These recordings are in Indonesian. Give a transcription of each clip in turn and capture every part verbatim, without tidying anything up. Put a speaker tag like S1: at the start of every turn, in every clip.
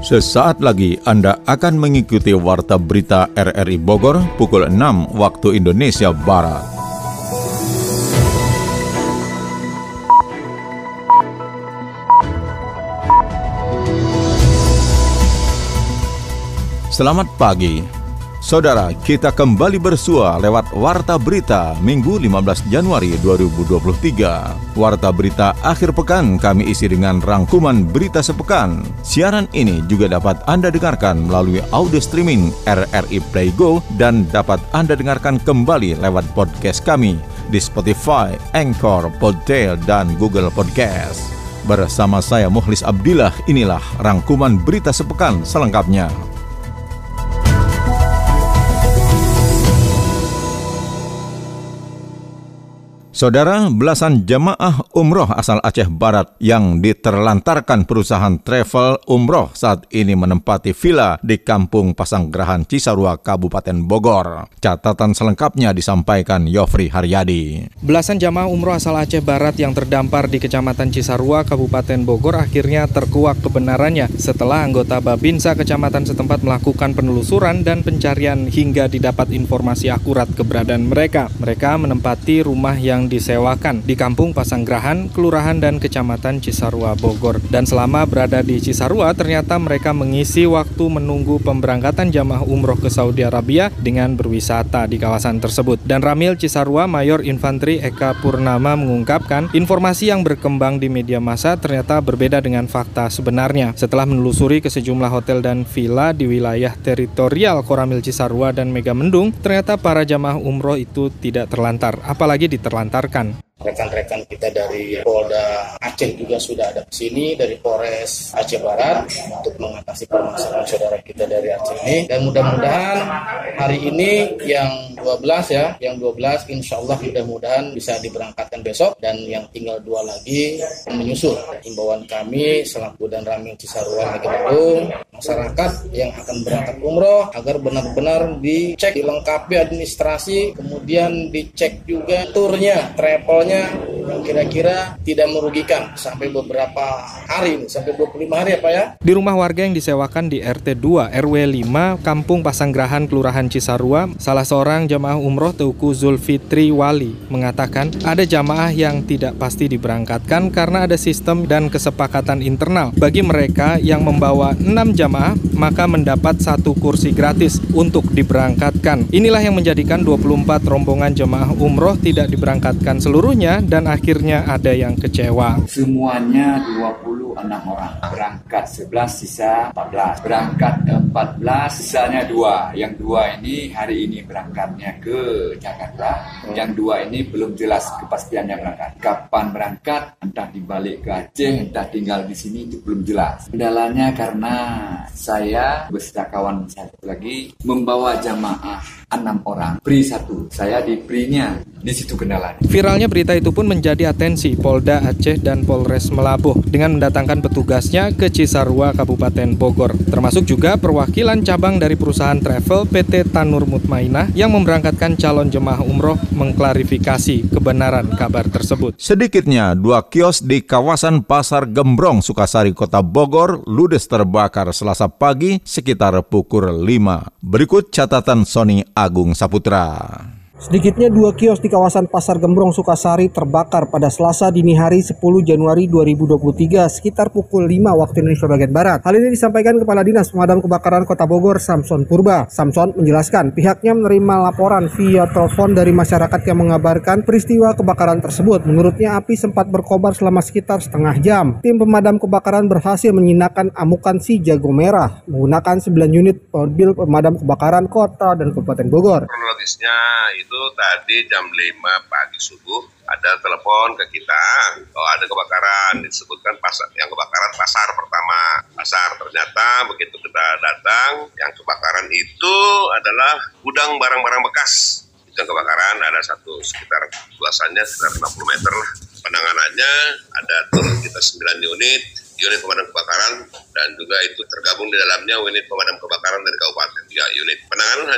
S1: Sesaat lagi Anda akan mengikuti Warta Berita R R I Bogor pukul enam waktu Indonesia Barat. Selamat pagi. Saudara, kita kembali bersua lewat Warta Berita Minggu lima belas Januari dua ribu dua puluh tiga. Warta Berita akhir pekan kami isi dengan rangkuman berita sepekan. Siaran ini juga dapat Anda dengarkan melalui audio streaming R R I Play Go dan dapat Anda dengarkan kembali lewat podcast kami di Spotify, Anchor, Podtail, dan Google Podcast. Bersama saya Mukhlis Abdillah, inilah rangkuman berita sepekan selengkapnya. Saudara, belasan jamaah umroh asal Aceh Barat yang diterlantarkan perusahaan travel umroh saat ini menempati villa di Kampung Pasanggerahan Cisarua, Kabupaten Bogor. Catatan selengkapnya disampaikan Yofri Haryadi.
S2: Belasan jamaah umroh asal Aceh Barat yang terdampar di Kecamatan Cisarua, Kabupaten Bogor akhirnya terkuak kebenarannya setelah anggota Babinsa Kecamatan setempat melakukan penelusuran dan pencarian hingga didapat informasi akurat keberadaan mereka. Mereka menempati rumah yang disewakan di Kampung Pasanggerahan, Kelurahan dan Kecamatan Cisarua, Bogor. Dan selama berada di Cisarua, ternyata mereka mengisi waktu menunggu pemberangkatan jamaah umroh ke Saudi Arabia dengan berwisata di kawasan tersebut. Dan Ramil Cisarua, Mayor Infanteri Eka Purnama mengungkapkan, informasi yang berkembang di media massa ternyata berbeda dengan fakta sebenarnya. Setelah menelusuri ke sejumlah hotel dan villa di wilayah teritorial Koramil Cisarua dan Megamendung, ternyata para jamaah umroh itu tidak terlantar, apalagi diterlantar.
S3: Rekan-rekan kita dari Polda Aceh juga sudah ada di sini, dari Polres Aceh Barat untuk mengatasi permasalahan saudara kita dari Aceh ini. Dan mudah-mudahan hari ini yang dua belas ya, yang dua belas insya Allah mudah-mudahan bisa diberangkatkan besok, dan yang tinggal dua lagi menyusul. Himbauan kami selaku dan Ramil Cisarua Megamendung, masyarakat yang akan berangkat umroh agar benar-benar dicek, dilengkapi administrasi, kemudian dicek juga turnya, travelnya yang kira-kira tidak merugikan sampai beberapa hari, sampai dua puluh lima hari ya Pak ya.
S2: Di rumah warga yang disewakan di R T dua R W lima Kampung Pasanggerahan Kelurahan Cisarua, salah seorang jamaah umroh Teuku Zulfitri Wali mengatakan ada jamaah yang tidak pasti diberangkatkan karena ada sistem dan kesepakatan internal. Bagi mereka yang membawa enam jamaah, maka mendapat satu kursi gratis untuk diberangkatkan. Inilah yang menjadikan dua puluh empat rombongan jamaah umroh tidak diberangkatkan seluruhnya dan akhirnya ada yang kecewa.
S4: Semuanya dua puluh enam orang. Berangkat sebelas, sisa empat belas. Berangkat empat belas, sisanya dua. Yang dua ini hari ini berangkatnya ke Jakarta. Yang dua ini belum jelas kepastiannya berangkat. Kapan berangkat, entah dibalik ke Aceh, entah tinggal di sini, itu belum jelas. Kendalanya karena saya beserta kawan satu lagi membawa jamaah enam orang, pri satu. Saya di pri-nya, di situ kendalanya.
S2: Viralnya berita itu pun menjadi atensi Polda Aceh dan Polres Melabuh dengan mendatangkan petugasnya ke Cisarua, Kabupaten Bogor. Termasuk juga perwakilan cabang dari perusahaan travel P T Tanur Mutmainah yang memberangkatkan calon jemaah umroh mengklarifikasi kebenaran kabar tersebut.
S1: Sedikitnya dua kios di kawasan Pasar Gembrong, Sukasari, Kota Bogor ludes terbakar Selasa pagi sekitar pukul lima. Berikut catatan Sony Agung Saputra.
S5: Sedikitnya dua kios di kawasan Pasar Gembrong, Sukasari terbakar pada Selasa dini hari sepuluh Januari dua ribu dua puluh tiga sekitar pukul lima waktu Indonesia bagian Barat. Hal ini disampaikan Kepala Dinas Pemadam Kebakaran Kota Bogor, Samson Purba. Samson menjelaskan pihaknya menerima laporan via telepon dari masyarakat yang mengabarkan peristiwa kebakaran tersebut. Menurutnya api sempat berkobar selama sekitar setengah jam. Tim pemadam kebakaran berhasil menyinakan amukan si jago merah menggunakan sembilan unit mobil pemadam kebakaran kota dan Kabupaten Bogor.
S6: Kronologisnya itu tadi jam lima pagi subuh ada telepon ke kita, oh ada kebakaran, disebutkan pasar, yang kebakaran pasar pertama. Pasar, ternyata begitu kita datang, yang kebakaran itu adalah gudang barang-barang bekas. Yang kebakaran ada satu sekitar luasannya sekitar enam puluh meter lah. Penanganannya ada turun kita sembilan unit, unit pemadam kebakaran, dan juga itu tergabung di dalamnya unit pemadam kebakaran dari kabupaten tiga unit. Penanganan hanya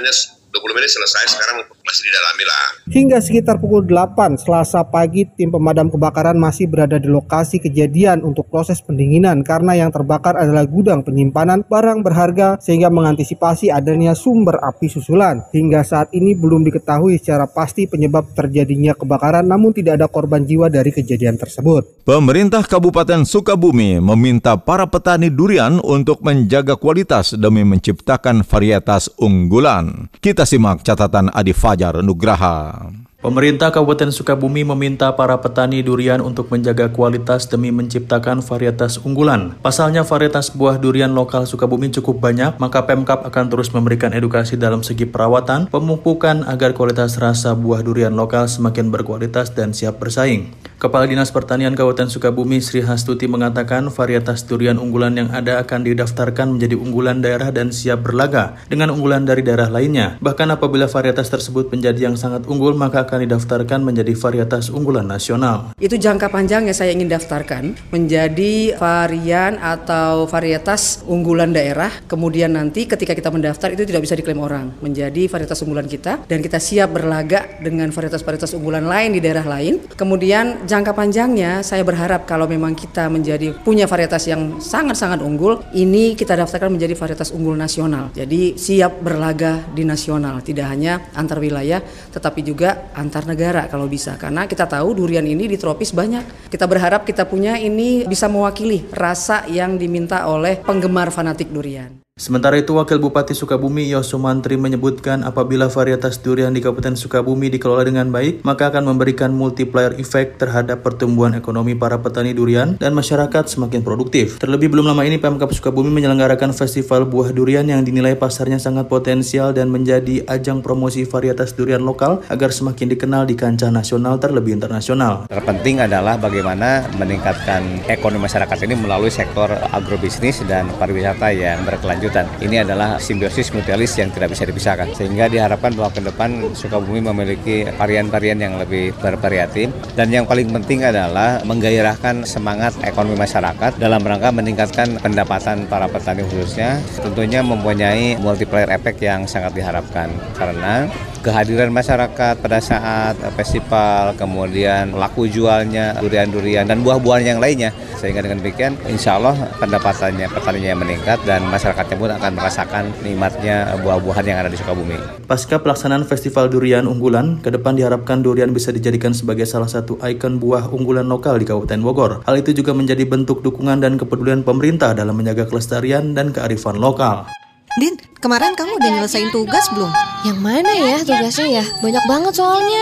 S6: dua puluh menit selesai, sekarang masih didalami lah.
S5: Hingga sekitar pukul delapan Selasa pagi, tim pemadam kebakaran masih berada di lokasi kejadian untuk proses pendinginan karena yang terbakar adalah gudang penyimpanan barang berharga sehingga mengantisipasi adanya sumber api susulan. Hingga saat ini belum diketahui secara pasti penyebab terjadinya kebakaran, namun tidak ada korban jiwa dari kejadian tersebut.
S1: Pemerintah Kabupaten Sukabumi meminta para petani durian untuk menjaga kualitas demi menciptakan varietas unggulan. Kita simak catatan Adi Fajar Nugraha.
S7: Pemerintah Kabupaten Sukabumi meminta para petani durian untuk menjaga kualitas demi menciptakan varietas unggulan. Pasalnya varietas buah durian lokal Sukabumi cukup banyak, maka Pemkab akan terus memberikan edukasi dalam segi perawatan, pemupukan agar kualitas rasa buah durian lokal semakin berkualitas dan siap bersaing. Kepala Dinas Pertanian Kabupaten Sukabumi Sri Hastuti mengatakan varietas durian unggulan yang ada akan didaftarkan menjadi unggulan daerah dan siap berlaga dengan unggulan dari daerah lainnya. Bahkan apabila varietas tersebut menjadi yang sangat unggul, maka akan didaftarkan menjadi varietas unggulan nasional.
S8: Itu jangka panjang yang saya ingin daftarkan menjadi varian atau varietas unggulan daerah. Kemudian nanti ketika kita mendaftar itu tidak bisa diklaim orang menjadi varietas unggulan kita, dan kita siap berlaga dengan varietas-varietas unggulan lain di daerah lain. Kemudian jangka panjangnya saya berharap kalau memang kita menjadi punya varietas yang sangat-sangat unggul, ini kita daftarkan menjadi varietas unggul nasional. Jadi siap berlaga di nasional, tidak hanya antar wilayah tetapi juga antar negara kalau bisa. Karena kita tahu durian ini di tropis banyak. Kita berharap kita punya ini bisa mewakili rasa yang diminta oleh penggemar fanatik durian.
S7: Sementara itu, Wakil Bupati Sukabumi Yosumantri menyebutkan apabila varietas durian di Kabupaten Sukabumi dikelola dengan baik, maka akan memberikan multiplier effect terhadap pertumbuhan ekonomi para petani durian dan masyarakat semakin produktif. Terlebih belum lama ini Pemkab Sukabumi menyelenggarakan festival buah durian yang dinilai pasarnya sangat potensial dan menjadi ajang promosi varietas durian lokal agar semakin dikenal di kancah nasional terlebih internasional.
S9: Terpenting adalah bagaimana meningkatkan ekonomi masyarakat ini melalui sektor agrobisnis dan pariwisata yang berkelanjutan. Ini adalah simbiosis mutualis yang tidak bisa dipisahkan, sehingga diharapkan bahwa ke depan Sukabumi memiliki varian-varian yang lebih bervariatif, dan yang paling penting adalah menggairahkan semangat ekonomi masyarakat dalam rangka meningkatkan pendapatan para petani khususnya, tentunya mempunyai multiplier effect yang sangat diharapkan karena kehadiran masyarakat pada saat festival, kemudian laku jualnya durian-durian dan buah-buahan yang lainnya, sehingga dengan demikian insya Allah pendapatannya petaninya meningkat dan masyarakatnya pun akan merasakan nikmatnya buah-buahan yang ada di Sukabumi.
S7: Pasca pelaksanaan festival durian unggulan, ke depan diharapkan durian bisa dijadikan sebagai salah satu ikon buah unggulan lokal di Kabupaten Bogor. Hal itu juga menjadi bentuk dukungan dan kepedulian pemerintah dalam menjaga kelestarian dan kearifan lokal.
S10: Din, kemarin kamu udah nyelesain tugas belum?
S11: Yang mana ya tugasnya ya? Banyak banget soalnya.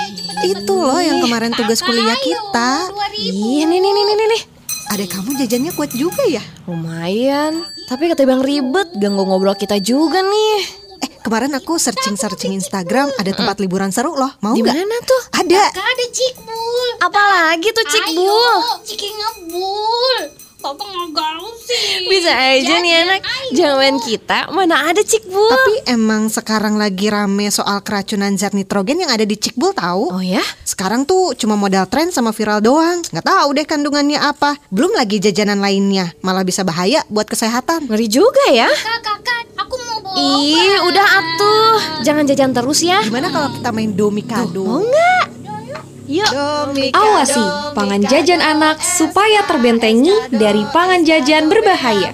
S10: Itu loh yang kemarin tugas kuliah kita.
S11: Ih, nih nih nih nih nih.
S10: Adek kamu jajannya kuat juga ya?
S11: Lumayan, tapi ketimbang ribet, ganggu ngobrol kita juga nih.
S10: Eh, kemarin aku searching-searching Instagram, ada tempat liburan seru loh. Mau nggak?
S11: Di mana tuh?
S10: Ada.
S12: Ada Cikbul.
S11: Apalagi tuh Cikbul?
S12: Ciki ngebul. Papa nggak gaul sih.
S11: Bisa aja nih anak. Jangan kita, mana ada Cikbul.
S10: Tapi emang sekarang lagi rame soal keracunan zat nitrogen yang ada di Cikbul tahu?
S11: Oh ya?
S10: Sekarang tuh cuma modal tren sama viral doang. Nggak tahu deh kandungannya apa. Belum lagi jajanan lainnya, malah bisa bahaya buat kesehatan.
S11: Ngeri juga ya.
S12: Kakak, kakak, aku mau bawa.
S11: Ih, udah atuh. Jangan jajan terus ya.
S10: Gimana kalau kita main domikado?
S11: Oh enggak. Yuk, awasi pangan jajan anak supaya terbentengi dari pangan jajan berbahaya.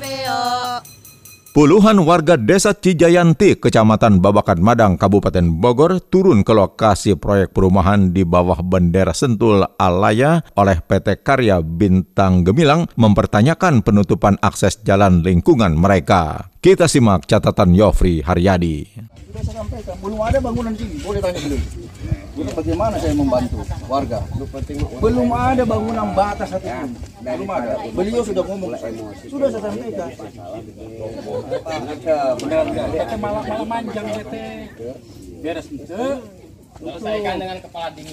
S1: Puluhan warga Desa Cijayanti, Kecamatan Babakan Madang, Kabupaten Bogor turun ke lokasi proyek perumahan di bawah bendera Sentul Alaya oleh P T Karya Bintang Gemilang mempertanyakan penutupan akses jalan lingkungan mereka. Kita simak catatan Yofri Haryadi.
S13: Sudah saya sampaikan, belum ada bangunan sini, boleh tanya beliau. Bagaimana saya membantu warga? Belum ada bangunan batas satupun. Belum ada. Beliau sudah ngomong. Sudah saya sampaikan. Benar, benar. Malah malah manjang bete. Beres itu.
S3: Selesaikan dengan kepala dingin.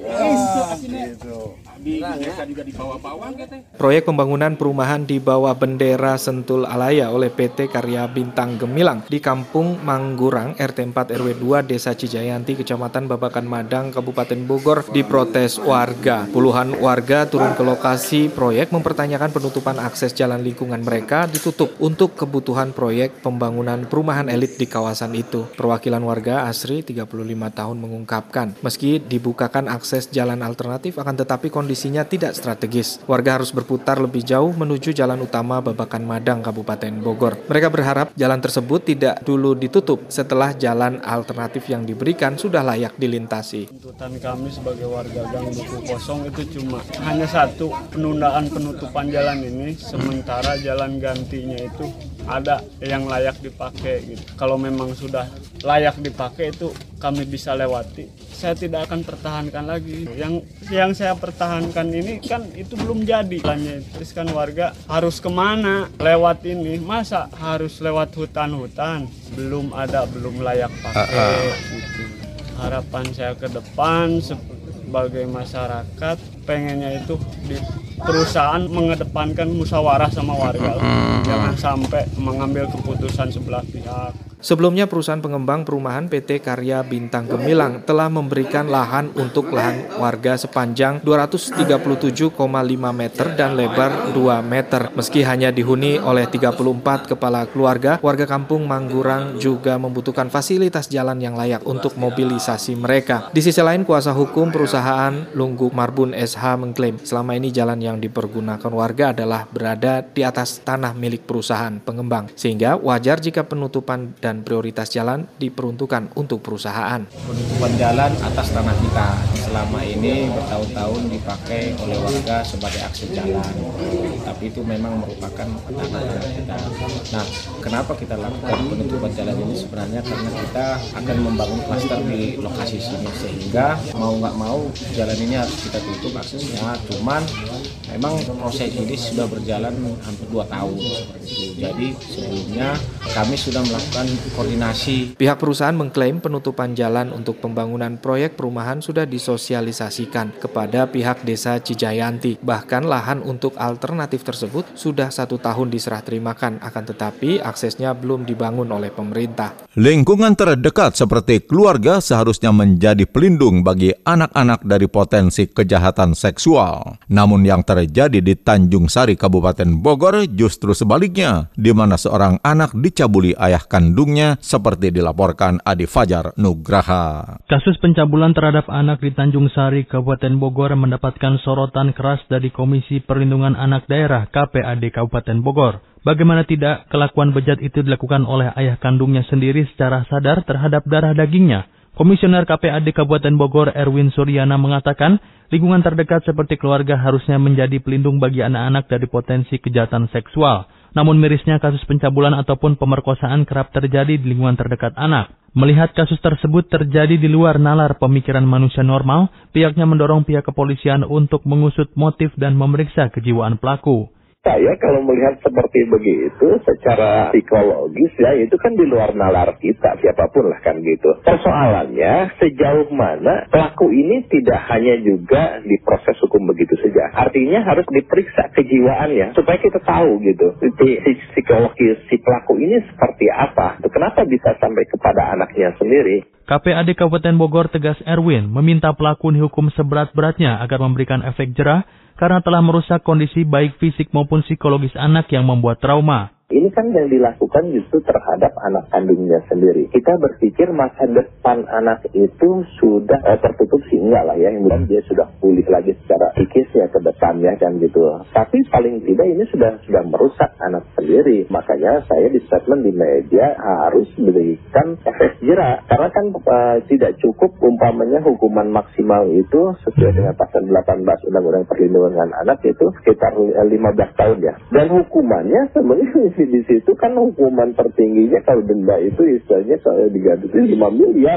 S2: Proyek pembangunan perumahan di bawah bendera Sentul Alaya oleh P T Karya Bintang Gemilang di Kampung Manggurang R T empat R W dua Desa Cijayanti Kecamatan Babakan Madang Kabupaten Bogor diprotes warga. Puluhan warga turun ke lokasi proyek mempertanyakan penutupan akses jalan lingkungan mereka ditutup untuk kebutuhan proyek pembangunan perumahan elit di kawasan itu. Perwakilan warga Asri tiga puluh lima tahun mengungkapkan, meski dibukakan akses jalan alternatif akan tetapi kondisinya tidak strategis. Warga harus berputar lebih jauh menuju jalan utama Babakan Madang Kabupaten Bogor. Mereka berharap jalan tersebut tidak dulu ditutup setelah jalan alternatif yang diberikan sudah layak dilintasi.
S14: Tuntutan kami sebagai warga Gang Duku Kosong itu cuma hanya satu, penundaan penutupan jalan ini sementara jalan gantinya itu ada yang layak dipakai gitu. Kalau memang sudah layak dipakai itu kami bisa lewati. Saya tidak akan pertahankan lagi. Yang yang saya pertahankan ini kan itu belum jadi. Terus kan warga harus kemana lewat ini? Masa harus lewat hutan-hutan? Belum ada, belum layak pakai. Gitu. Harapan saya ke depan sebagai masyarakat pengennya itu di perusahaan mengedepankan musyawarah sama warga. Jangan sampai mengambil keputusan sebelah pihak.
S2: Sebelumnya perusahaan pengembang perumahan P T Karya Bintang Gemilang telah memberikan lahan untuk lahan warga sepanjang dua ratus tiga puluh tujuh koma lima meter dan lebar dua meter. Meski hanya dihuni oleh tiga puluh empat kepala keluarga, warga kampung Manggurang juga membutuhkan fasilitas jalan yang layak untuk mobilisasi mereka. Di sisi lain, kuasa hukum perusahaan Lunggu Marbun S H mengklaim selama ini jalan yang dipergunakan warga adalah berada di atas tanah milik perusahaan pengembang, sehingga wajar jika penutupan dan dan prioritas jalan diperuntukkan untuk perusahaan.
S15: Penutupan jalan atas tanah kita selama ini bertahun-tahun dipakai oleh warga sebagai akses jalan, tapi itu memang merupakan tanah kita. Nah, kenapa kita lakukan penutupan jalan ini sebenarnya karena kita akan membangun klaster di lokasi sini, sehingga mau nggak mau jalan ini harus kita tutup aksesnya. Cuman memang proses ini sudah berjalan hampir dua tahun seperti itu. Jadi sebelumnya kami sudah melakukan koordinasi.
S2: Pihak perusahaan mengklaim penutupan jalan untuk pembangunan proyek perumahan sudah disosialisasikan kepada pihak Desa Cijayanti. Bahkan lahan untuk alternatif tersebut sudah satu tahun diserah terimakan, akan tetapi aksesnya belum dibangun oleh pemerintah.
S1: Lingkungan terdekat seperti keluarga seharusnya menjadi pelindung bagi anak-anak dari potensi kejahatan seksual. Namun yang terjadi di Tanjung Sari, Kabupaten Bogor justru sebaliknya, di mana seorang anak dicabuli ayah kandungnya seperti dilaporkan Adi Fajar Nugraha.
S7: Kasus pencabulan terhadap anak di Tanjung Sari, Kabupaten Bogor mendapatkan sorotan keras dari Komisi Perlindungan Anak Daerah K P A D Kabupaten Bogor. Bagaimana tidak, kelakuan bejat itu dilakukan oleh ayah kandungnya sendiri secara sadar terhadap darah dagingnya. Komisioner K P A D Kabupaten Bogor Erwin Suryana mengatakan, lingkungan terdekat seperti keluarga harusnya menjadi pelindung bagi anak-anak dari potensi kejahatan seksual. Namun mirisnya kasus pencabulan ataupun pemerkosaan kerap terjadi di lingkungan terdekat anak. Melihat kasus tersebut terjadi di luar nalar pemikiran manusia normal, pihaknya mendorong pihak kepolisian untuk mengusut motif dan memeriksa kejiwaan pelaku.
S16: Saya kalau melihat seperti begitu secara psikologis ya itu kan di luar nalar kita siapapun lah kan gitu. Persoalannya sejauh mana pelaku ini tidak hanya juga diproses hukum begitu saja. Artinya harus diperiksa kejiwaannya supaya kita tahu gitu psikologis si pelaku ini seperti apa. Kenapa bisa sampai kepada anaknya sendiri.
S7: K P A D Kabupaten Bogor tegas Erwin meminta pelaku dihukum seberat-beratnya agar memberikan efek jerah karena telah merusak kondisi baik fisik maupun psikologis anak yang membuat trauma.
S16: Ini kan yang dilakukan justru terhadap anak kandungnya sendiri. Kita berpikir masa depan anak itu sudah eh, tertutup sih enggak lah ya. Yang dia sudah pulih lagi secara psikis ya ke depannya kan gitu. Tapi paling tidak ini sudah sudah merusak anak sendiri. Makanya saya di statement di media harus berikan efek jerah. Karena kan eh, tidak cukup umpamanya hukuman maksimal itu sesuai dengan pasal delapan belas Undang-Undang Perlindungan Anak itu sekitar lima belas tahun ya. Dan hukumannya sebenarnya di situ kan hukuman tertingginya kalau denda itu istilahnya kalau diganti lima miliar.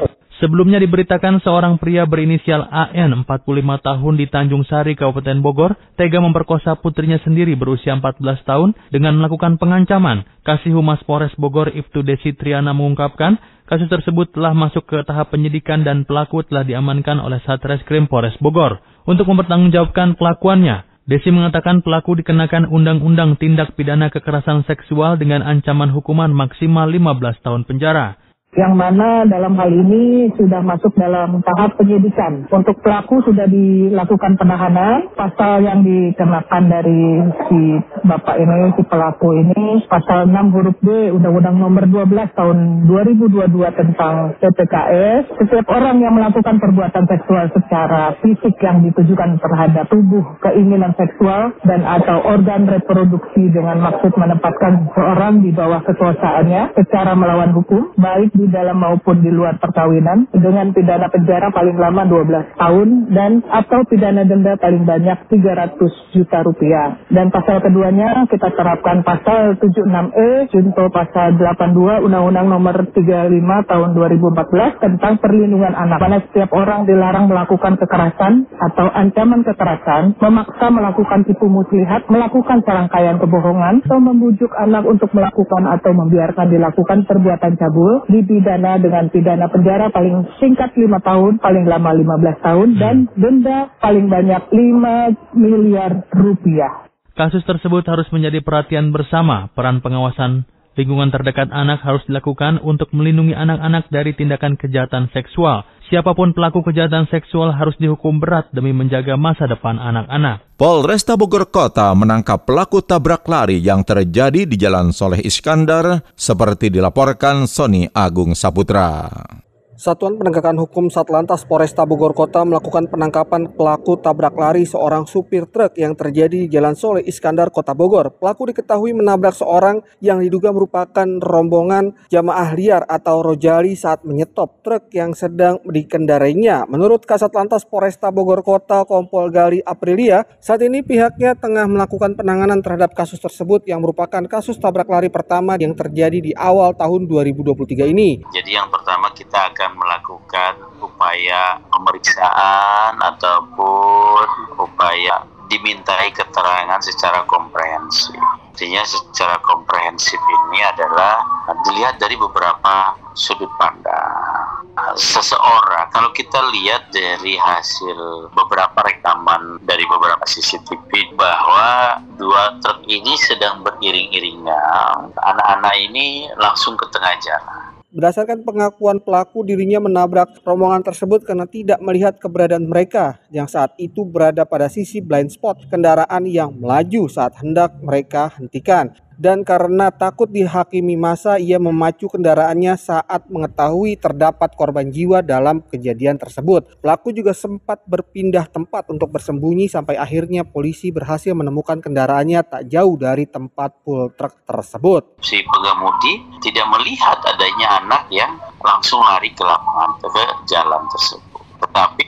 S7: Sebelumnya diberitakan seorang pria berinisial A N, empat puluh lima tahun di Tanjung Sari, Kabupaten Bogor, tega memperkosa putrinya sendiri berusia empat belas tahun dengan melakukan pengancaman. Kasih Humas Polres Bogor, Ibtu Desi Triana mengungkapkan, kasus tersebut telah masuk ke tahap penyidikan dan pelaku telah diamankan oleh Satreskrim Polres Bogor untuk mempertanggungjawabkan pelakuannya. Desi mengatakan pelaku dikenakan Undang-Undang Tindak Pidana Kekerasan Seksual dengan ancaman hukuman maksimal lima belas tahun penjara.
S17: Yang mana dalam hal ini sudah masuk dalam tahap penyidikan. Untuk pelaku sudah dilakukan penahanan. Pasal yang dikenakan dari si bapak ini, si pelaku ini, pasal enam huruf B Undang-Undang Nomor dua belas Tahun dua ribu dua puluh dua tentang P P K S. Setiap orang yang melakukan perbuatan seksual secara fisik yang ditujukan terhadap tubuh, keinginan seksual, dan atau organ reproduksi dengan maksud menempatkan seorang di bawah kekuasaannya secara melawan hukum, baik di dalam maupun di luar perkawinan, dengan pidana penjara paling lama dua belas tahun dan atau pidana denda paling banyak tiga ratus juta rupiah. Dan pasal keduanya kita terapkan pasal tujuh puluh enam E junto pasal delapan puluh dua Undang-Undang Nomor tiga puluh lima Tahun dua ribu empat belas tentang perlindungan anak. Mana setiap orang dilarang melakukan kekerasan atau ancaman kekerasan, memaksa melakukan tipu muslihat, melakukan serangkaian kebohongan, atau membujuk anak untuk melakukan atau membiarkan dilakukan perbuatan cabul, dipidana dengan pidana penjara paling singkat lima tahun, paling lama lima belas tahun, dan denda paling banyak lima miliar rupiah.
S7: Kasus tersebut harus menjadi perhatian bersama. Peran pengawasan lingkungan terdekat anak harus dilakukan untuk melindungi anak-anak dari tindakan kejahatan seksual. Siapapun pelaku kejahatan seksual harus dihukum berat demi menjaga masa depan anak-anak.
S1: Polresta Bogor Kota menangkap pelaku tabrak lari yang terjadi di Jalan Soleh Iskandar seperti dilaporkan Sony Agung Saputra.
S5: Satuan Penegakan Hukum Satlantas Polresta Bogor Kota melakukan penangkapan pelaku tabrak lari seorang supir truk yang terjadi di Jalan Soleh Iskandar, Kota Bogor. Pelaku diketahui menabrak seorang yang diduga merupakan rombongan jamaah liar atau rojali saat menyetop truk yang sedang dikendarainya. Menurut Kasatlantas Polresta Bogor Kota Kompol Gali Aprilia, saat ini pihaknya tengah melakukan penanganan terhadap kasus tersebut yang merupakan kasus tabrak lari pertama yang terjadi di awal tahun dua ribu dua puluh tiga ini.
S18: Jadi yang pertama kita akan melakukan upaya pemeriksaan ataupun upaya dimintai keterangan secara komprehensif. Artinya secara komprehensif ini adalah dilihat dari beberapa sudut pandang. Seseorang, kalau kita lihat dari hasil beberapa rekaman dari beberapa C C T V bahwa dua truk ini sedang beriring-iringan, anak-anak ini langsung ke tengah jalan.
S5: Berdasarkan pengakuan pelaku, dirinya menabrak rombongan tersebut karena tidak melihat keberadaan mereka yang saat itu berada pada sisi blind spot kendaraan yang melaju saat hendak mereka hentikan. Dan karena takut dihakimi massa, ia memacu kendaraannya saat mengetahui terdapat korban jiwa dalam kejadian tersebut. Pelaku juga sempat berpindah tempat untuk bersembunyi sampai akhirnya polisi berhasil menemukan kendaraannya tak jauh dari tempat pool truk tersebut.
S18: Si pengemudi tidak melihat adanya anak yang langsung lari ke lapangan ke jalan tersebut. Tetapi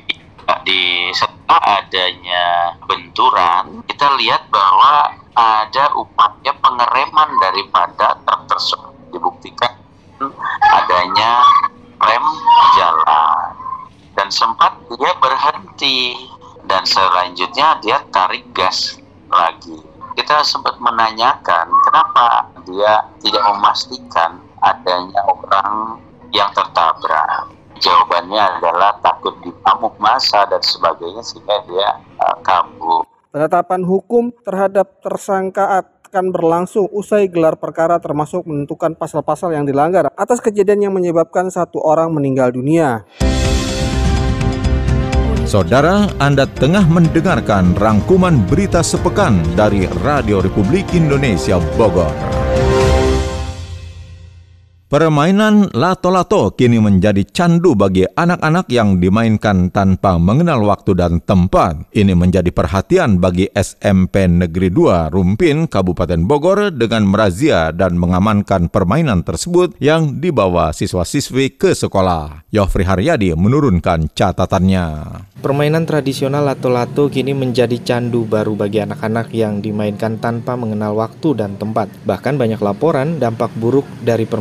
S18: di setelah adanya benturan, kita lihat bahwa ada upaya pengereman daripada truk tersebut. Dibuktikan adanya rem jalan dan sempat dia berhenti dan selanjutnya dia tarik gas lagi. Kita sempat menanyakan kenapa dia tidak memastikan adanya orang yang tertabrak. Jawabannya adalah takut dipamuk massa dan sebagainya sehingga dia uh, kabur.
S5: Penetapan hukum terhadap tersangka akan berlangsung usai gelar perkara termasuk menentukan pasal-pasal yang dilanggar atas kejadian yang menyebabkan satu orang meninggal dunia.
S1: Saudara, Anda tengah mendengarkan rangkuman berita sepekan dari Radio Republik Indonesia Bogor. Permainan lato-lato kini menjadi candu bagi anak-anak yang dimainkan tanpa mengenal waktu dan tempat. Ini menjadi perhatian bagi S M P Negeri dua Rumpin, Kabupaten Bogor dengan merazia dan mengamankan permainan tersebut yang dibawa siswa-siswi ke sekolah. Yofri Haryadi menurunkan catatannya.
S2: Permainan tradisional lato-lato kini menjadi candu baru bagi anak-anak yang dimainkan tanpa mengenal waktu dan tempat. Bahkan banyak laporan dampak buruk dari permainan ini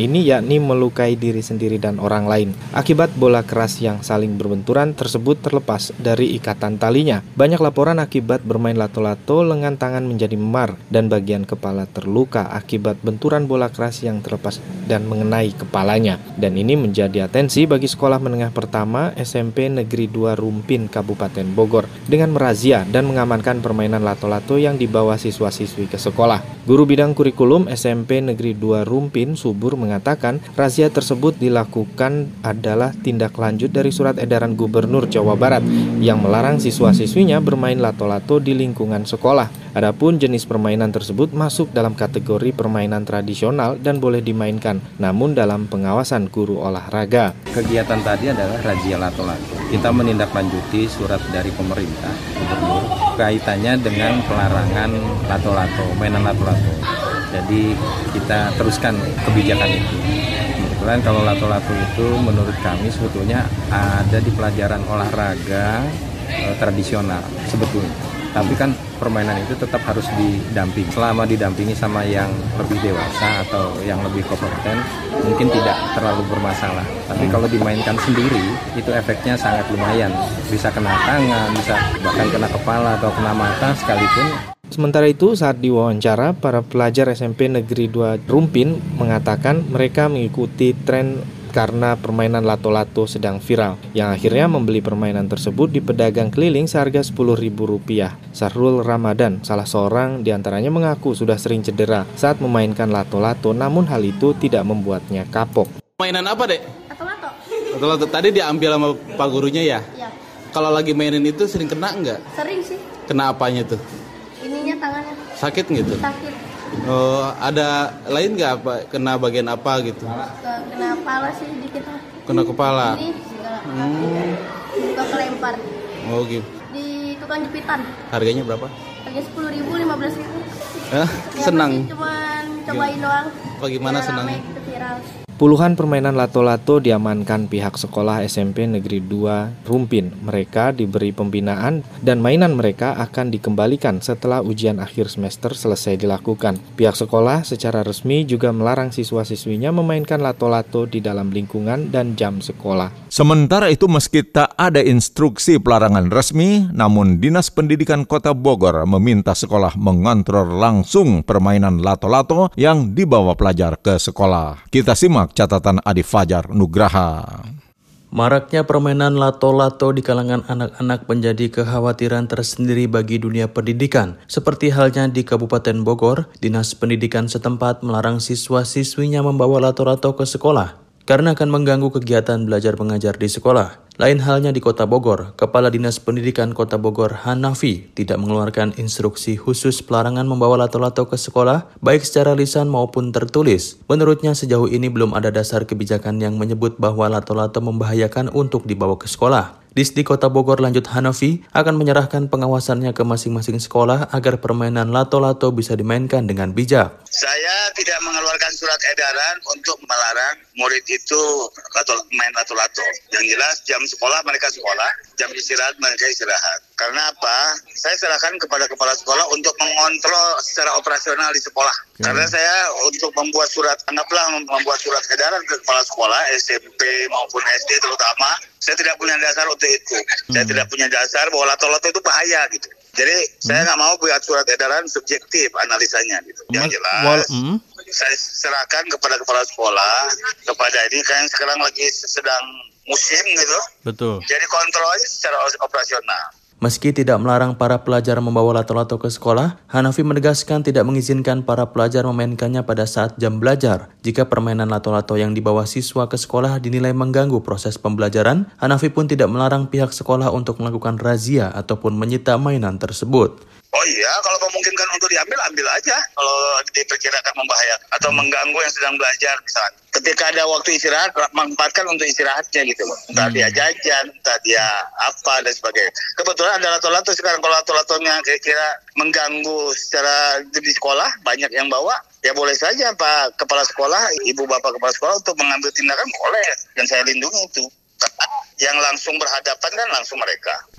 S2: ini yakni melukai diri sendiri dan orang lain. Akibat bola keras yang saling berbenturan tersebut terlepas dari ikatan talinya. Banyak laporan akibat bermain lato-lato lengan tangan menjadi memar dan bagian kepala terluka akibat benturan bola keras yang terlepas dan mengenai kepalanya. Dan ini menjadi atensi bagi sekolah menengah pertama S M P Negeri dua Rumpin Kabupaten Bogor dengan merazia dan mengamankan permainan lato-lato yang dibawa siswa-siswi ke sekolah. Guru bidang kurikulum S M P Negeri dua Rumpin Subur mengatakan razia tersebut dilakukan adalah tindak lanjut dari surat edaran Gubernur Jawa Barat yang melarang siswa-siswinya bermain lato-lato di lingkungan sekolah. Adapun jenis permainan tersebut masuk dalam kategori permainan tradisional dan boleh dimainkan, namun dalam pengawasan guru olahraga.
S15: Kegiatan tadi adalah razia lato-lato. Kita menindaklanjuti surat dari pemerintah Gubernur kaitannya dengan pelarangan lato-lato, mainan lato-lato. Jadi kita teruskan kebijakan itu. Kebetulan kalau lato-lato itu menurut kami sebetulnya ada di pelajaran olahraga e, tradisional sebetulnya. Tapi kan permainan itu tetap harus didampingi. Selama didampingi sama yang lebih dewasa atau yang lebih kompeten, mungkin tidak terlalu bermasalah. Tapi kalau dimainkan sendiri, itu efeknya sangat lumayan. Bisa kena tangan, bisa bahkan kena kepala atau kena mata sekalipun.
S2: Sementara itu, saat diwawancara, para pelajar S M P Negeri dua Rumpin mengatakan mereka mengikuti tren karena permainan lato-lato sedang viral, yang akhirnya membeli permainan tersebut di pedagang keliling seharga sepuluh ribu rupiah. Sahrul Ramadan, salah seorang diantaranya, mengaku sudah sering cedera saat memainkan lato-lato, namun hal itu tidak membuatnya kapok.
S19: Mainan apa, Dek?
S12: Lato-lato.
S19: Lato-lato tadi diambil sama Pak gurunya ya?
S12: Iya.
S19: Kalau lagi mainin itu sering kena nggak?
S12: Sering sih.
S19: Kena apanya tuh?
S12: Ininya tangannya.
S19: Sakit gitu?
S12: Sakit.
S19: Oh, ada lain nggak apa? Kena bagian apa gitu?
S12: Kena kepala sih dikit.
S19: Kena kepala?
S12: Ini segala.
S19: Hmm.
S12: Juga kelempar.
S19: Oh gitu.
S12: Di tukang jepitan.
S19: Harganya berapa?
S12: Harga sepuluh ribu, lima belas ribu.
S19: Eh, senang?
S12: Cuman cobain doang.
S19: Bagaimana senangnya?
S12: Viral.
S2: Puluhan permainan lato-lato diamankan pihak sekolah S M P Negeri dua Rumpin. Mereka diberi pembinaan dan mainan mereka akan dikembalikan setelah ujian akhir semester selesai dilakukan. Pihak sekolah secara resmi juga melarang siswa-siswinya memainkan lato-lato di dalam lingkungan dan jam sekolah.
S1: Sementara itu, meski tak ada instruksi pelarangan resmi, namun Dinas Pendidikan Kota Bogor meminta sekolah mengontrol langsung permainan lato-lato yang dibawa pelajar ke sekolah. Kita simak catatan Adi Fajar Nugraha.
S7: Maraknya permainan lato-lato di kalangan anak-anak menjadi kekhawatiran tersendiri bagi dunia pendidikan. Seperti halnya di Kabupaten Bogor, Dinas Pendidikan setempat melarang siswa-siswinya membawa lato-lato ke sekolah karena akan mengganggu kegiatan belajar mengajar di sekolah. Lain halnya di Kota Bogor, Kepala Dinas Pendidikan Kota Bogor Hanafi tidak mengeluarkan instruksi khusus pelarangan membawa lato-lato ke sekolah, baik secara lisan maupun tertulis. Menurutnya sejauh ini belum ada dasar kebijakan yang menyebut bahwa lato-lato membahayakan untuk dibawa ke sekolah. Disdi Kota Bogor, lanjut Hanafi, akan menyerahkan pengawasannya ke masing-masing sekolah agar permainan lato-lato bisa dimainkan dengan bijak.
S20: Saya tidak mengeluarkan surat edaran untuk melarang murid itu lato, main lato-lato. Yang jelas jam sekolah mereka sekolah, jam istirahat mereka istirahat. Karena apa? Saya serahkan kepada kepala sekolah untuk mengontrol secara operasional di sekolah. Hmm. Karena saya untuk membuat surat, anggaplah membuat surat edaran ke kepala sekolah, S M P maupun S D terutama, saya tidak punya dasar untuk itu. Hmm. Saya tidak punya dasar bahwa lato-lato itu bahaya gitu. Jadi hmm. saya nggak mau buat surat edaran subjektif analisanya gitu. Yang jelas, well, hmm. saya serahkan kepada kepala sekolah, kepada ini kan sekarang lagi sedang musim gitu.
S7: Betul.
S20: Jadi kontrol secara operasional.
S7: Meski tidak melarang para pelajar membawa lato-lato ke sekolah, Hanafi menegaskan tidak mengizinkan para pelajar memainkannya pada saat jam belajar. Jika permainan lato-lato yang dibawa siswa ke sekolah dinilai mengganggu proses pembelajaran, Hanafi pun tidak melarang pihak sekolah untuk melakukan razia ataupun menyita mainan tersebut.
S20: Oh iya, kalau memungkinkan untuk diambil, ambil aja. Kalau diperkirakan membahayakan atau mengganggu yang sedang belajar misalnya. Ketika ada waktu istirahat, manfaatkan untuk istirahatnya gitu loh. Entah dia jajan, entah dia apa dan sebagainya. Kebetulan ada lato-lato sekarang, kalau lato-latonya kira-kira mengganggu secara di sekolah, banyak yang bawa, ya boleh saja Pak Kepala Sekolah, Ibu Bapak Kepala Sekolah untuk mengambil tindakan boleh. Dan saya lindungi itu. Yang langsung berhadapan kan langsung mereka.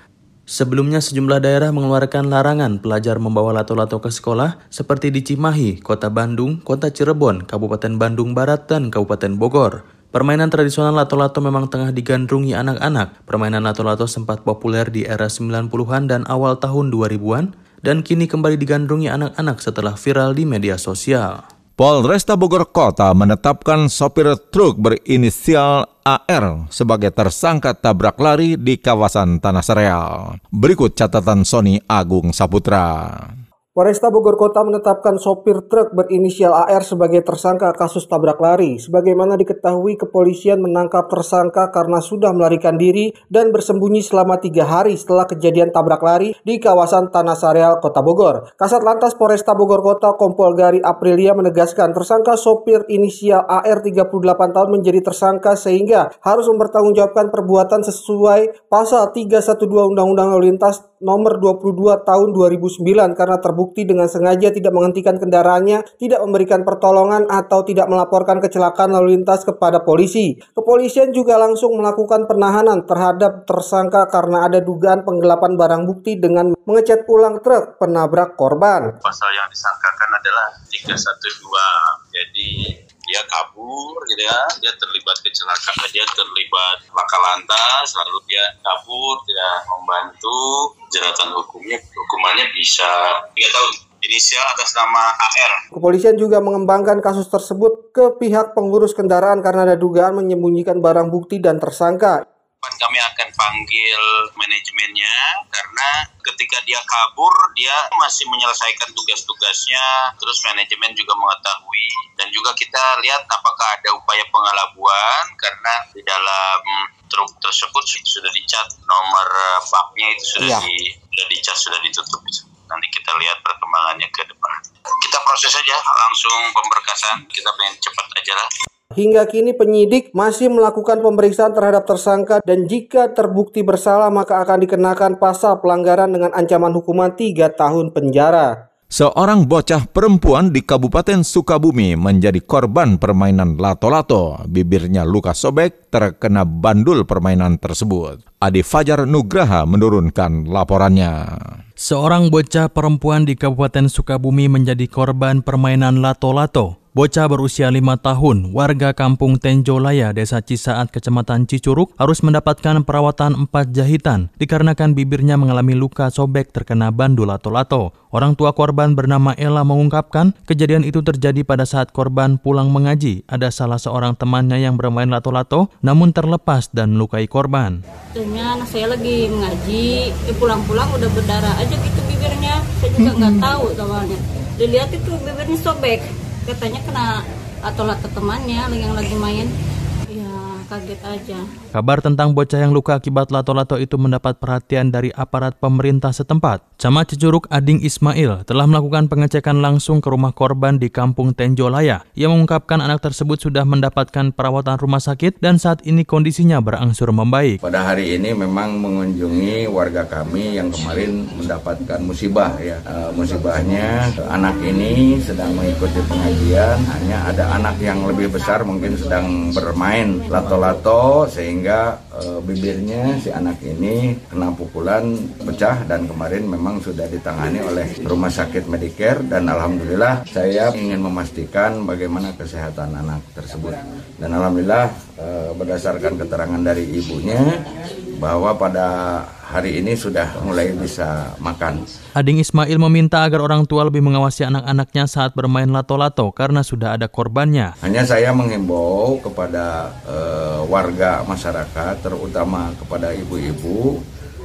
S7: Sebelumnya sejumlah daerah mengeluarkan larangan pelajar membawa lato-lato ke sekolah seperti di Cimahi, Kota Bandung, Kota Cirebon, Kabupaten Bandung Barat, dan Kabupaten Bogor. Permainan tradisional lato-lato memang tengah digandrungi anak-anak. Permainan lato-lato sempat populer di era sembilan puluhan dan awal tahun dua ribuan dan kini kembali digandrungi anak-anak setelah viral di media sosial.
S1: Polresta Bogor Kota menetapkan sopir truk berinisial A R sebagai tersangka tabrak lari di kawasan Tanah Sereal. Berikut catatan Sony Agung Saputra.
S5: Polresta Bogor Kota menetapkan sopir truk berinisial A R sebagai tersangka kasus tabrak lari. Sebagaimana diketahui, kepolisian menangkap tersangka karena sudah melarikan diri dan bersembunyi selama tiga hari setelah kejadian tabrak lari di kawasan Tanah Sereal, Kota Bogor. Kasat Lantas Polresta Bogor Kota Kompol Gari Aprilia menegaskan tersangka sopir inisial A R tiga puluh delapan tahun menjadi tersangka sehingga harus mempertanggungjawabkan perbuatan sesuai pasal tiga satu dua Undang-Undang Lalu Lintas nomor dua puluh dua tahun dua ribu sembilan karena terbukti dengan sengaja tidak menghentikan kendaraannya, tidak memberikan pertolongan atau tidak melaporkan kecelakaan lalu lintas kepada polisi. Kepolisian juga langsung melakukan penahanan terhadap tersangka karena ada dugaan penggelapan barang bukti dengan mengecat ulang truk penabrak korban.
S18: Pasal yang disangkakan adalah tiga satu dua. Jadi dia kabur gitu ya, dia terlibat kecelakaan, dia terlibat laka lantas, lalu dia kabur, tidak membantu, jeratan hukumnya, hukumannya bisa tiga tahun. Inisial atas nama A R.
S5: Kepolisian juga mengembangkan kasus tersebut ke pihak pengurus kendaraan karena ada dugaan menyembunyikan barang bukti dan tersangka.
S18: Kami akan panggil manajemennya karena ketika dia kabur dia masih menyelesaikan tugas-tugasnya, terus manajemen juga mengetahui dan juga kita lihat apakah ada upaya pengelabuan karena di dalam truk tersebut sudah dicat nomor baknya itu sudah ya. di sudah dicat sudah ditutup. Nanti kita lihat perkembangannya ke depan. Kita proses saja langsung pemberkasan, kita pengen cepat aja lah.
S5: Hingga kini penyidik masih melakukan pemeriksaan terhadap tersangka dan jika terbukti bersalah maka akan dikenakan pasal pelanggaran dengan ancaman hukuman tiga tahun penjara.
S1: Seorang bocah perempuan di Kabupaten Sukabumi menjadi korban permainan lato-lato. Bibirnya luka sobek terkena bandul permainan tersebut. Adi Fajar Nugraha menurunkan laporannya.
S7: Seorang bocah perempuan di Kabupaten Sukabumi menjadi korban permainan lato-lato. Bocah berusia lima tahun, warga kampung Tenjolaya, Desa Cisaat, Kecamatan Cicurug, harus mendapatkan perawatan empat jahitan dikarenakan bibirnya mengalami luka sobek terkena bandul lato-lato. Orang tua korban bernama Ella mengungkapkan kejadian itu terjadi pada saat korban pulang mengaji. Ada salah seorang temannya yang bermain lato-lato namun terlepas dan melukai korban.
S12: Ternyata anak saya lagi mengaji, eh, pulang-pulang udah berdarah aja gitu bibirnya. Saya juga nggak mm-hmm. tahu awalnya. Dilihat itu bibirnya sobek. Katanya kena lato-lato temannya yang lagi main. Ya, kaget aja.
S7: Kabar tentang bocah yang luka akibat lato-lato itu mendapat perhatian dari aparat pemerintah setempat. Camat Cicurug Ading Ismail telah melakukan pengecekan langsung ke rumah korban di kampung Tenjolaya. Ia mengungkapkan anak tersebut sudah mendapatkan perawatan rumah sakit dan saat ini kondisinya berangsur membaik.
S21: Pada hari ini memang mengunjungi warga kami yang kemarin mendapatkan musibah ya. E, musibahnya anak ini sedang mengikuti pengajian, hanya ada anak yang lebih besar mungkin sedang bermain lato-lato sehingga Sehingga e, bibirnya si anak ini kena pukulan pecah dan kemarin memang sudah ditangani oleh Rumah Sakit Medicare dan alhamdulillah saya ingin memastikan bagaimana kesehatan anak tersebut. Dan alhamdulillah e, berdasarkan keterangan dari ibunya bahwa pada hari ini sudah mulai bisa makan.
S7: Ading Ismail meminta agar orang tua lebih mengawasi anak-anaknya saat bermain lato-lato karena sudah ada korbannya.
S21: Hanya saya menghimbau kepada uh, warga masyarakat, terutama kepada ibu-ibu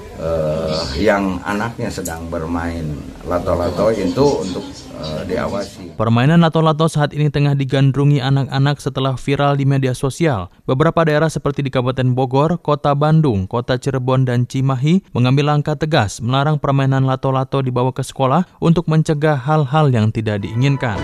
S21: uh, yang anaknya sedang bermain lato-lato itu untuk uh, diawasi.
S7: Permainan lato-lato saat ini tengah digandrungi anak-anak setelah viral di media sosial. Beberapa daerah seperti di Kabupaten Bogor, Kota Bandung, Kota Cirebon, dan Cimahi mengambil langkah tegas melarang permainan lato-lato dibawa ke sekolah untuk mencegah hal-hal yang tidak diinginkan.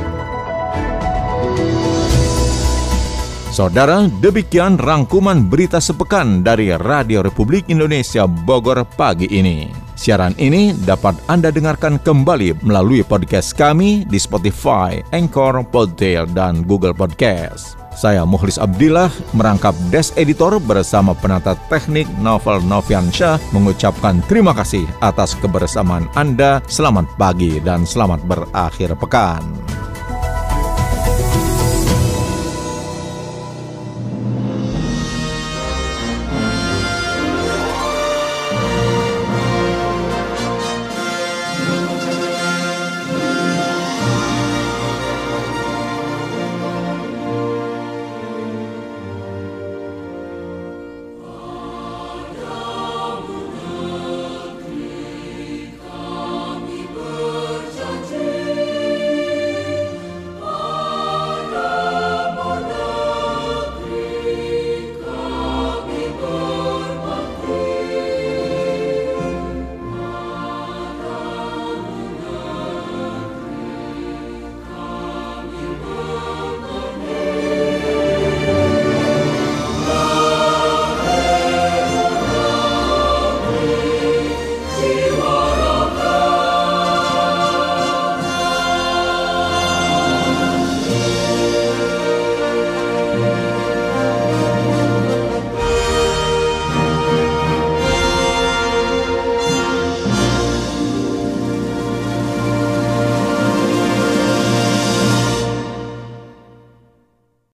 S1: Saudara, demikian rangkuman berita sepekan dari Radio Republik Indonesia Bogor pagi ini. Siaran ini dapat Anda dengarkan kembali melalui podcast kami di Spotify, Anchor, Podtail, dan Google Podcast. Saya Mukhlis Abdillah merangkap Desk Editor bersama penata teknik Novel Noviansyah mengucapkan terima kasih atas kebersamaan Anda. Selamat pagi dan selamat berakhir pekan.